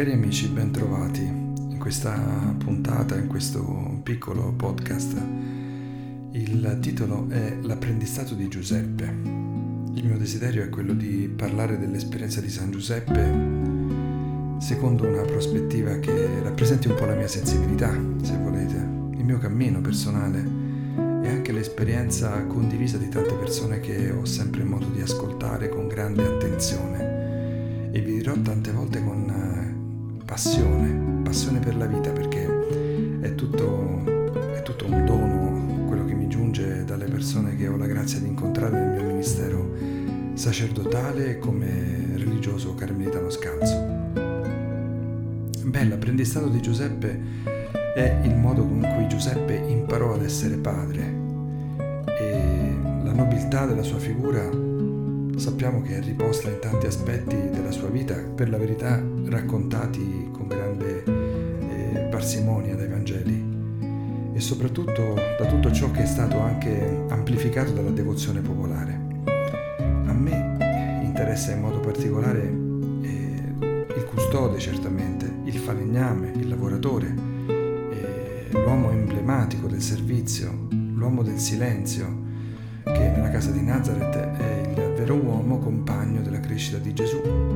Cari amici, bentrovati in questa puntata, in questo piccolo podcast. Il titolo è L'apprendistato di Giuseppe. Il mio desiderio è quello di parlare dell'esperienza di San Giuseppe secondo una prospettiva che rappresenti un po' la mia sensibilità, se volete, il mio cammino personale e anche l'esperienza condivisa di tante persone che ho sempre modo di ascoltare con grande attenzione e vi dirò tante volte con passione per la vita, perché è tutto un dono quello che mi giunge dalle persone che ho la grazia di incontrare nel mio ministero sacerdotale come religioso carmelitano scalzo. L'apprendistato di Giuseppe è il modo con cui Giuseppe imparò ad essere padre e la nobiltà della sua figura sappiamo che è riposta in tanti aspetti della sua vita, per la verità raccontati con grande parsimonia dai Vangeli e soprattutto da tutto ciò che è stato anche amplificato dalla devozione popolare. A me interessa in modo particolare il custode, certamente, il falegname, il lavoratore, l'uomo emblematico del servizio, l'uomo del silenzio, che nella casa di Nazareth è il vero uomo compagno della crescita di Gesù.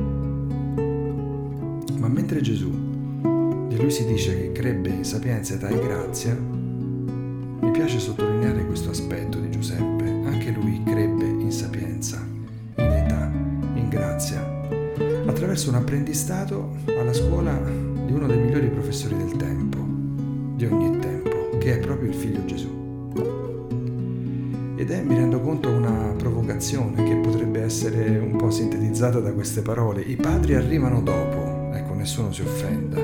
Ma mentre Gesù di lui si dice che crebbe in sapienza, età e grazia, mi piace sottolineare questo aspetto di Giuseppe. Anche lui crebbe in sapienza, in età, in grazia, attraverso un apprendistato alla scuola di uno dei migliori professori del tempo, di ogni tempo, che è proprio il figlio Gesù. Ed è, mi rendo conto, una provocazione che potrebbe essere un po' sintetizzata da queste parole: i padri arrivano dopo. Ecco, nessuno si offenda.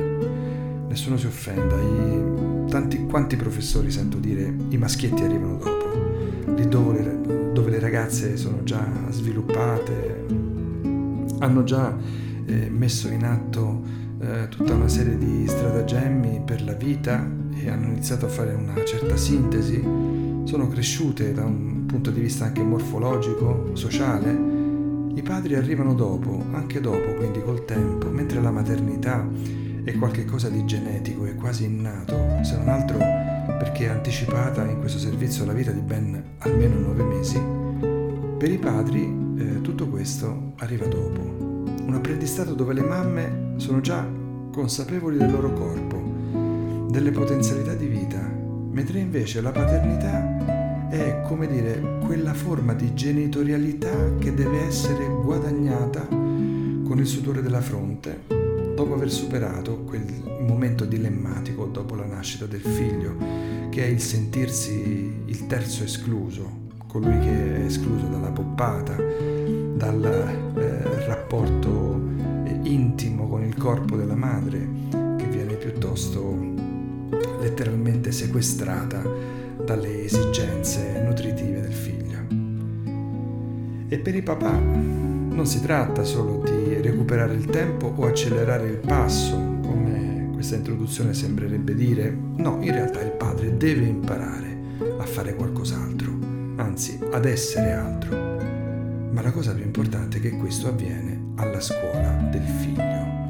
Quanti professori sento dire i maschietti arrivano dopo, lì dove le ragazze sono già sviluppate, hanno già messo in atto tutta una serie di stratagemmi per la vita e hanno iniziato a fare una certa sintesi. Sono cresciute da un punto di vista anche morfologico, sociale. I padri arrivano dopo, anche dopo, quindi col tempo, mentre la maternità è qualcosa di genetico e quasi innato, se non altro perché è anticipata in questo servizio alla vita di ben almeno 9 mesi. Per i padri tutto questo arriva dopo. Un apprendistato dove le mamme sono già consapevoli del loro corpo, delle potenzialità di vita, mentre invece la paternità è, come dire, quella forma di genitorialità che deve essere guadagnata con il sudore della fronte, dopo aver superato quel momento dilemmatico dopo la nascita del figlio, che è il sentirsi il terzo escluso, colui che è escluso dalla poppata, dal rapporto intimo con il corpo della madre, che viene piuttosto letteralmente sequestrata dalle esigenze nutritive del figlio. E per i papà non si tratta solo di recuperare il tempo o accelerare il passo, come questa introduzione sembrerebbe dire. No, in realtà il padre deve imparare a fare qualcos'altro, anzi ad essere altro. Ma la cosa più importante è che questo avviene alla scuola del figlio.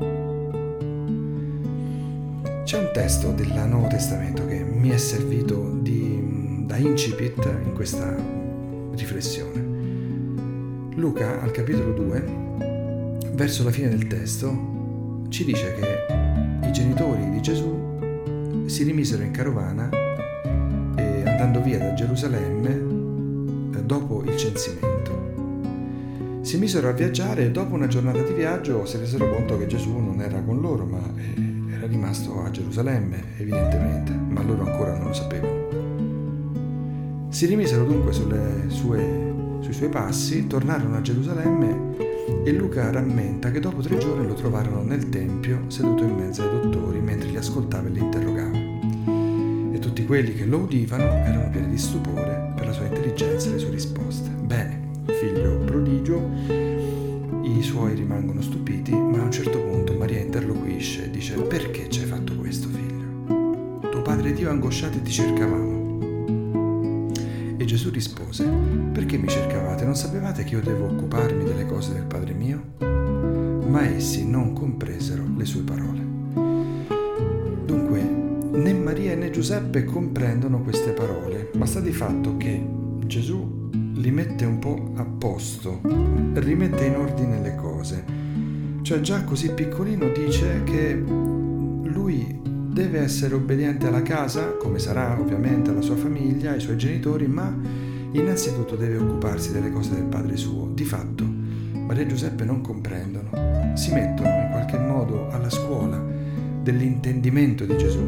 C'è un testo del Nuovo Testamento che mi è servito da incipit in questa riflessione. Luca, al capitolo 2, verso la fine del testo, ci dice che i genitori di Gesù si rimisero in carovana e andando via da Gerusalemme dopo il censimento. Si misero a viaggiare e dopo una giornata di viaggio si resero conto che Gesù non era con loro, ma era rimasto a Gerusalemme, evidentemente, ma loro ancora non lo sapevano. Si rimisero dunque sui suoi passi, tornarono a Gerusalemme e Luca rammenta che dopo 3 giorni lo trovarono nel tempio seduto in mezzo ai dottori mentre li ascoltava e li interrogava. E tutti quelli che lo udivano erano pieni di stupore per la sua intelligenza e le sue risposte. Bene, figlio prodigio, i suoi rimangono stupiti, ma a un certo punto Maria interloquisce e dice: perché ci hai fatto questo, figlio? Tuo padre e Dio angosciati ti cercavamo. E Gesù rispose: perché mi cercavate? Non sapevate che io devo occuparmi delle cose del Padre mio? ma essi non compresero le sue parole. Dunque, né Maria né Giuseppe comprendono queste parole, ma sta di fatto che Gesù li mette un po' a posto, rimette in ordine le cose. Cioè già così piccolino dice che lui deve essere obbediente alla casa, come sarà ovviamente alla sua famiglia, ai suoi genitori, ma innanzitutto deve occuparsi delle cose del Padre suo. Di fatto, Maria e Giuseppe non comprendono, si mettono in qualche modo alla scuola dell'intendimento di Gesù.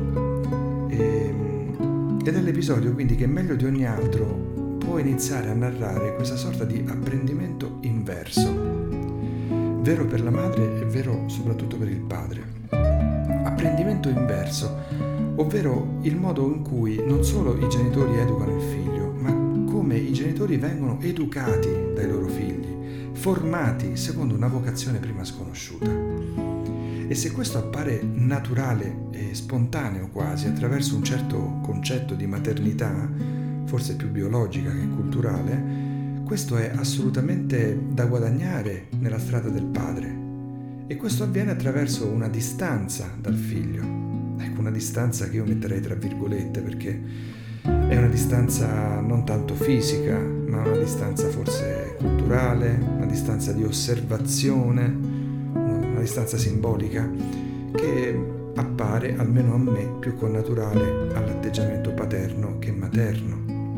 Ed è l'episodio quindi che meglio di ogni altro può iniziare a narrare questa sorta di apprendimento inverso, vero per la madre e vero soprattutto per il padre. Apprendimento inverso, ovvero il modo in cui non solo i genitori educano il figlio, ma come i genitori vengono educati dai loro figli, formati secondo una vocazione prima sconosciuta. E se questo appare naturale e spontaneo quasi attraverso un certo concetto di maternità, forse più biologica che culturale, questo è assolutamente da guadagnare nella strada del padre. E questo avviene attraverso una distanza dal figlio. Ecco, una distanza che io metterei tra virgolette, perché è una distanza non tanto fisica, ma una distanza forse culturale, una distanza di osservazione, una distanza simbolica che appare, almeno a me, più connaturale all'atteggiamento paterno che materno.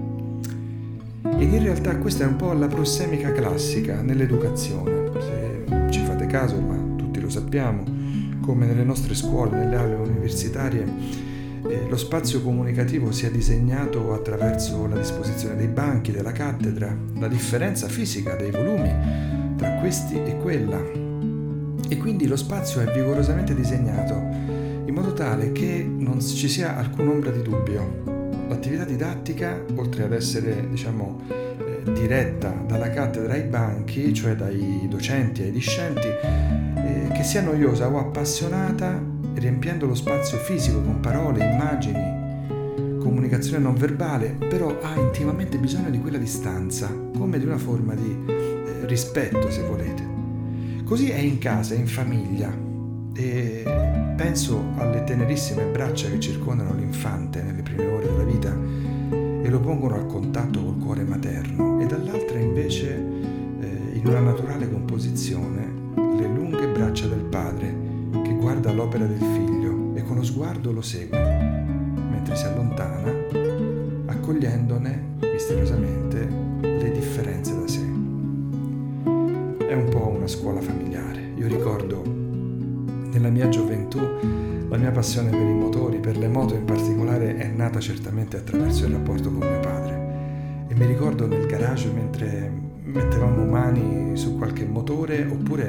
Ed in realtà questa è un po' la prossemica classica nell'educazione. Se ci fate caso, ma tutti lo sappiamo, come nelle nostre scuole, nelle aule universitarie, lo spazio comunicativo sia disegnato attraverso la disposizione dei banchi, della cattedra, la differenza fisica dei volumi tra questi e quella. E quindi lo spazio è vigorosamente disegnato in modo tale che non ci sia alcun'ombra di dubbio. L'attività didattica, oltre ad essere, diretta dalla cattedra ai banchi, cioè dai docenti ai discenti, che sia noiosa o appassionata, riempiendo lo spazio fisico con parole, immagini, comunicazione non verbale, però ha intimamente bisogno di quella distanza, come di una forma di rispetto, se volete. Così è in casa, in famiglia, e penso alle tenerissime braccia che circondano l'infante nelle prime ore della vita e lo pongono al contatto col cuore materno, e dall'altra invece, in una naturale composizione, le lunghe braccia del padre che guarda l'opera del figlio e con lo sguardo lo segue, mentre si allontana, accogliendone misteriosamente le differenze da sé. È un po' una scuola familiare. Io ricordo nella mia gioventù la mia passione per i motori, per le moto in particolare, è nata certamente attraverso il rapporto con mio padre. E mi ricordo nel garage mentre mettevamo mani su qualche motore, oppure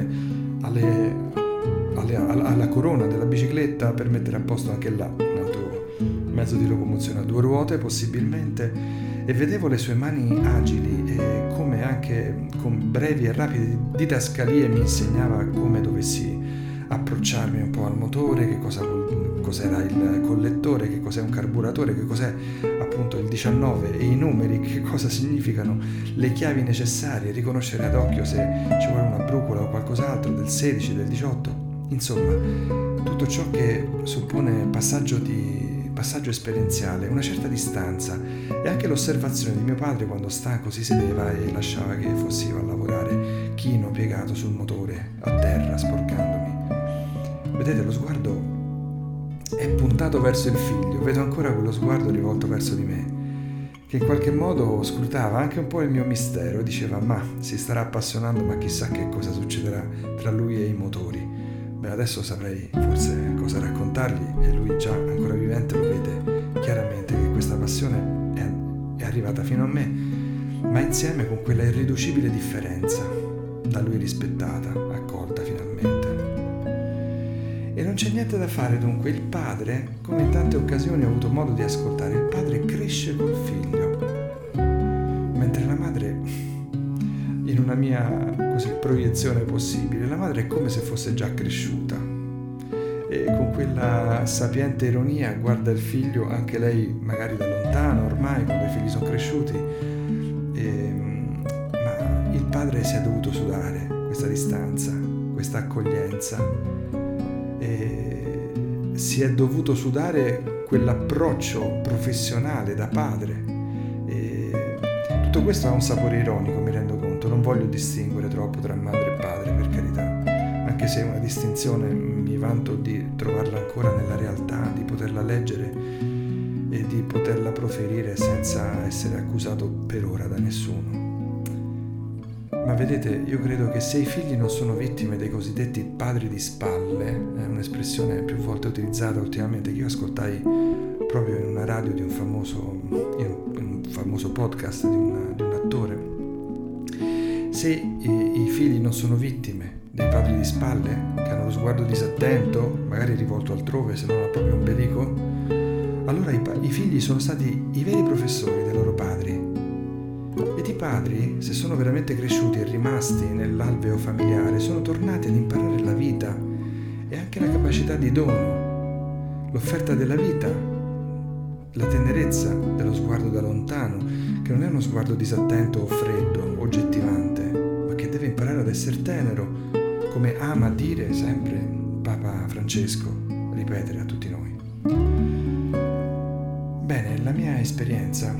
alla corona della bicicletta per mettere a posto anche là un altro mezzo di locomozione a due ruote possibilmente, e vedevo le sue mani agili e come anche con brevi e rapide didascalie mi insegnava come dovessi approcciarmi un po' al motore, che cos'era il collettore, che cos'è un carburatore, che cos'è appunto il 19 e i numeri, che cosa significano le chiavi necessarie, riconoscere ad occhio se ci vuole una brucola o qualcos'altro, del 16, del 18, insomma tutto ciò che suppone passaggio esperienziale, una certa distanza, e anche l'osservazione di mio padre quando stanco si sedeva e lasciava che fossi io a lavorare chino piegato sul motore a terra sporcandomi. Vedete, lo sguardo è puntato verso il figlio, vedo ancora quello sguardo rivolto verso di me, che in qualche modo scrutava anche un po' il mio mistero e diceva: ma si starà appassionando, ma chissà che cosa succederà tra lui e i motori. Beh, adesso saprei forse cosa raccontargli, e lui già ancora vivente lo vede chiaramente che questa passione è arrivata fino a me, ma insieme con quella irriducibile differenza, da lui rispettata, accolta finalmente. E non c'è niente da fare dunque, il padre, come in tante occasioni ho avuto modo di ascoltare, il padre cresce col figlio, mentre la madre, in una mia proiezione possibile, la madre è come se fosse già cresciuta e con quella sapiente ironia guarda il figlio, anche lei magari da lontano ormai, quando i figli sono cresciuti, ma il padre si è dovuto sudare questa distanza, questa accoglienza, e si è dovuto sudare quell'approccio professionale da padre. E tutto questo ha un sapore ironico, mi rendo conto, non voglio distinguere troppo tra madre e padre, per carità, anche se una distinzione mi vanto di trovarla ancora nella realtà, di poterla leggere e di poterla proferire senza essere accusato per ora da nessuno. Ma vedete, io credo che se i figli non sono vittime dei cosiddetti padri di spalle, è un'espressione più volte utilizzata ultimamente, che io ascoltai proprio in una radio di un famoso podcast di un attore. Se i figli non sono vittime dei padri di spalle, che hanno lo sguardo disattento, magari rivolto altrove se non al proprio ombelico, allora i figli sono stati i veri professori dei loro padri. Ed i padri, se sono veramente cresciuti e rimasti nell'alveo familiare, sono tornati ad imparare la vita e anche la capacità di dono, l'offerta della vita, la tenerezza dello sguardo da lontano, che non è uno sguardo disattento o freddo, oggettivante, ma che deve imparare ad essere tenero, come ama dire sempre Papa Francesco, ripetere a tutti noi. Bene, la mia esperienza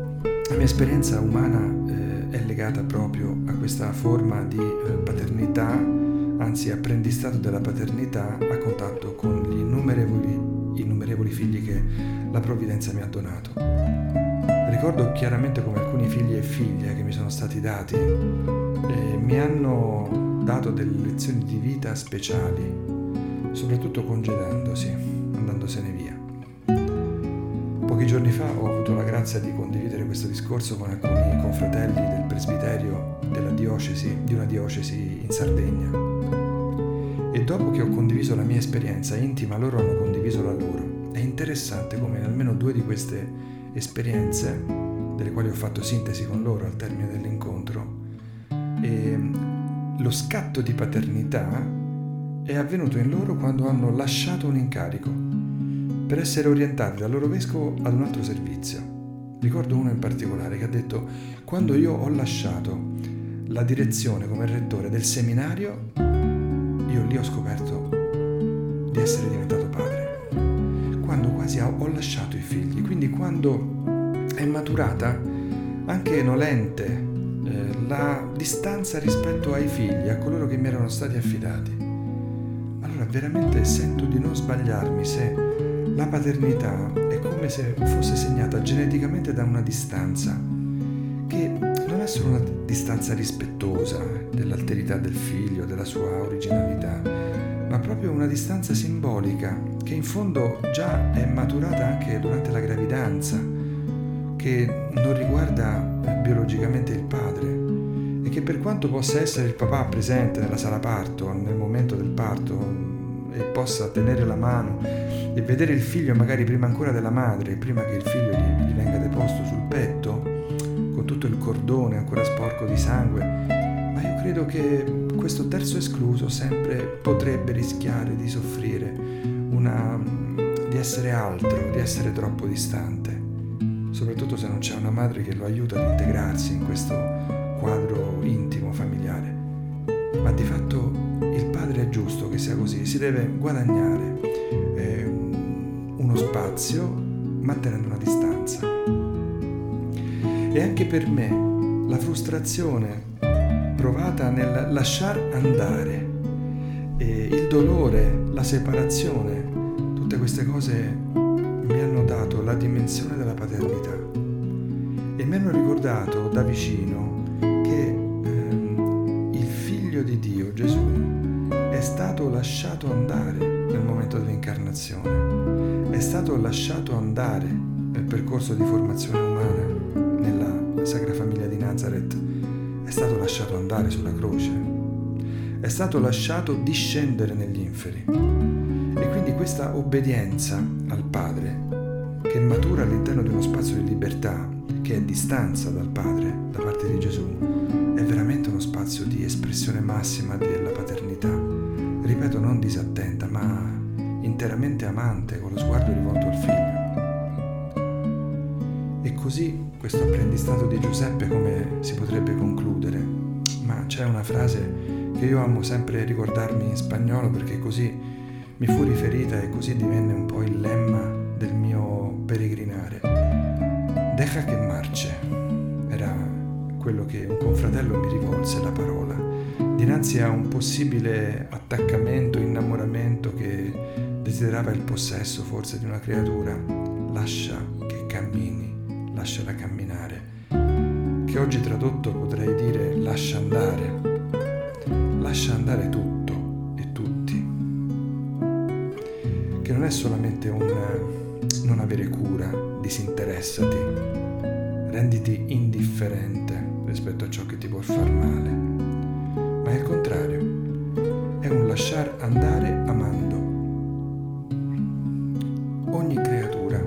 umana è legata proprio a questa forma di paternità, anzi apprendistato della paternità a contatto con gli innumerevoli figli che la provvidenza mi ha donato. Ricordo chiaramente come alcuni figli e figlie che mi sono stati dati mi hanno dato delle lezioni di vita speciali, soprattutto congedandosi, andandosene via. Pochi giorni fa ho avuto la grazia di condividere questo discorso con alcuni confratelli del presbiterio di una diocesi in Sardegna. E dopo che ho condiviso la mia esperienza intima, loro hanno condiviso la loro. È interessante come in almeno 2 di queste esperienze, delle quali ho fatto sintesi con loro al termine dell'incontro, lo scatto di paternità è avvenuto in loro quando hanno lasciato un incarico per essere orientati dal loro vescovo ad un altro servizio. Ricordo uno in particolare che ha detto: quando io ho lasciato la direzione come rettore del seminario, io lì ho scoperto di essere diventato padre, quando quasi ho lasciato i figli, quindi quando è maturata anche nolente la distanza rispetto ai figli, a coloro che mi erano stati affidati. Allora veramente sento di non sbagliarmi se la paternità è come se fosse segnata geneticamente da una distanza, che non è solo una distanza rispettosa dell'alterità del figlio, della sua originalità, ma proprio una distanza simbolica che in fondo già è maturata anche durante la gravidanza, che non riguarda biologicamente il padre e che, per quanto possa essere il papà presente nella sala parto, nel momento del parto, e possa tenere la mano e vedere il figlio magari prima ancora della madre, prima che il figlio gli venga deposto sul petto, con tutto il cordone ancora sporco di sangue, ma io credo che questo terzo escluso sempre potrebbe rischiare di soffrire di essere altro, di essere troppo distante, soprattutto se non c'è una madre che lo aiuta ad integrarsi in questo quadro intimo familiare. Ma di fatto il padre è giusto che sia così, si deve guadagnare uno spazio mantenendo una distanza. E anche per me la frustrazione provata nel lasciar andare, il dolore, la separazione, tutte queste cose mi hanno dato la dimensione della paternità e mi hanno ricordato da vicino che il figlio di Dio, Gesù, è stato lasciato andare nel momento dell'incarnazione, è stato lasciato andare nel percorso di formazione umana nella Sacra Famiglia di Nazareth, è stato lasciato andare sulla croce, è stato lasciato discendere negli inferi. E quindi questa obbedienza al Padre, che matura all'interno di uno spazio di libertà, che è distanza dal Padre da parte di Gesù, è veramente uno spazio di espressione massima della paternità. Ripeto, non disattenta, ma interamente amante, con lo sguardo rivolto al figlio. E così questo apprendistato di Giuseppe come si potrebbe concludere? Ma c'è una frase che io amo sempre ricordarmi in spagnolo perché così mi fu riferita e così divenne un po' il lemma del mio peregrinare. Deja che marche era quello che un confratello mi rivolse la parola dinanzi a un possibile attaccamento, innamoramento che desiderava il possesso forse di una creatura. Lascia che cammini, lasciala camminare, che oggi tradotto potrei dire lascia andare tutto e tutti, che non è solamente un non avere cura, disinteressati, renditi indifferente rispetto a ciò che ti può far male, ma è il contrario, è un lasciar andare amando ogni creatura,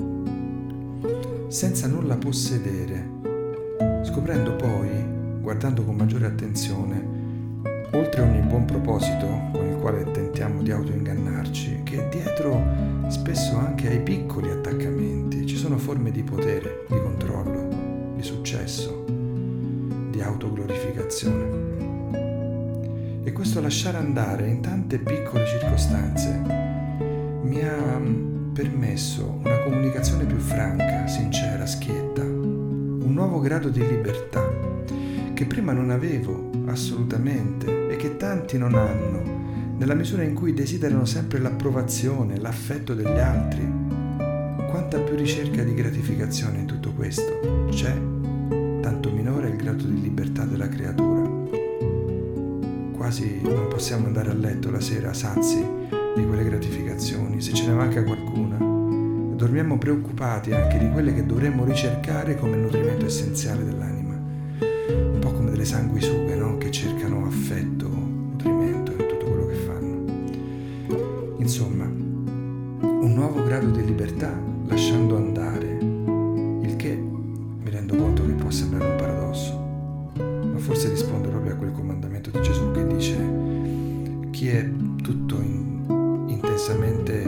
senza nulla possedere, scoprendo poi, guardando con maggiore attenzione, oltre ogni buon proposito con il quale tentiamo di autoingannarci, che dietro spesso anche ai piccoli attaccamenti ci sono forme di potere, di controllo, di successo, di autoglorificazione. E questo lasciare andare in tante piccole circostanze mi ha permesso una comunicazione più franca, sincera, schietta, un nuovo grado di libertà che prima non avevo assolutamente e che tanti non hanno, nella misura in cui desiderano sempre l'approvazione, l'affetto degli altri. Quanta più ricerca di gratificazione in tutto questo c'è, tanto minore è il grado di libertà della creatura. Quasi non possiamo andare a letto la sera sazi di quelle gratificazioni, se ce ne manca qualcuna. Dormiamo preoccupati anche di quelle che dovremmo ricercare come nutrimento essenziale dell'anima. Un po' come delle sanguisughe, no? Che cercano affetto, nutrimento in tutto quello che fanno. Insomma, un nuovo grado di libertà lasciando andare, il che mi rendo conto che può sembrare un paradosso, ma forse risponde proprio a quel comandamento di Gesù che dice: chi è tutto intensamente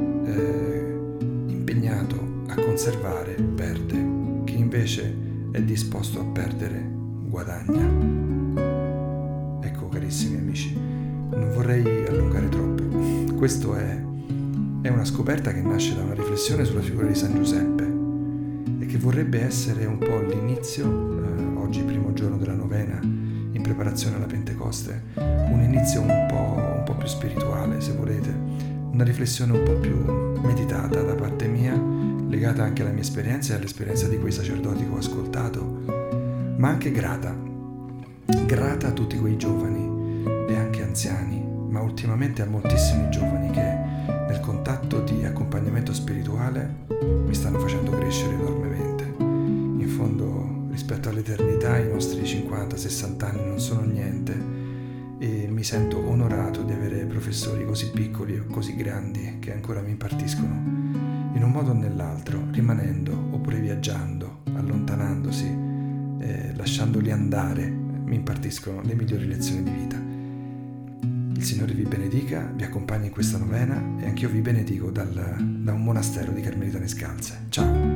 impegnato a conservare perde, chi invece è disposto a perdere guadagna. Ecco, carissimi amici, non vorrei allungare troppo. Questo è una scoperta che nasce da una riflessione sulla figura di San Giuseppe e che vorrebbe essere un po' l'inizio, oggi primo giorno della novena, in preparazione alla Pentecoste, un inizio un po' più spirituale, se volete, una riflessione un po' più meditata da parte mia, legata anche alla mia esperienza e all'esperienza di quei sacerdoti che ho ascoltato, ma anche grata a tutti quei giovani e anche anziani, ma ultimamente a moltissimi giovani che nel contatto di accompagnamento spirituale mi stanno facendo crescere enormemente. In fondo, rispetto all'eternità, i nostri 50-60 anni non sono niente e mi sento onorato di avere professori così piccoli e così grandi che ancora mi impartiscono in un modo o nell'altro, rimanendo oppure viaggiando, allontanandosi, lasciandoli andare, mi impartiscono le migliori lezioni di vita. Il Signore vi benedica, vi accompagni in questa novena e anch'io vi benedico da un monastero di Carmelitane Scalze. Ciao!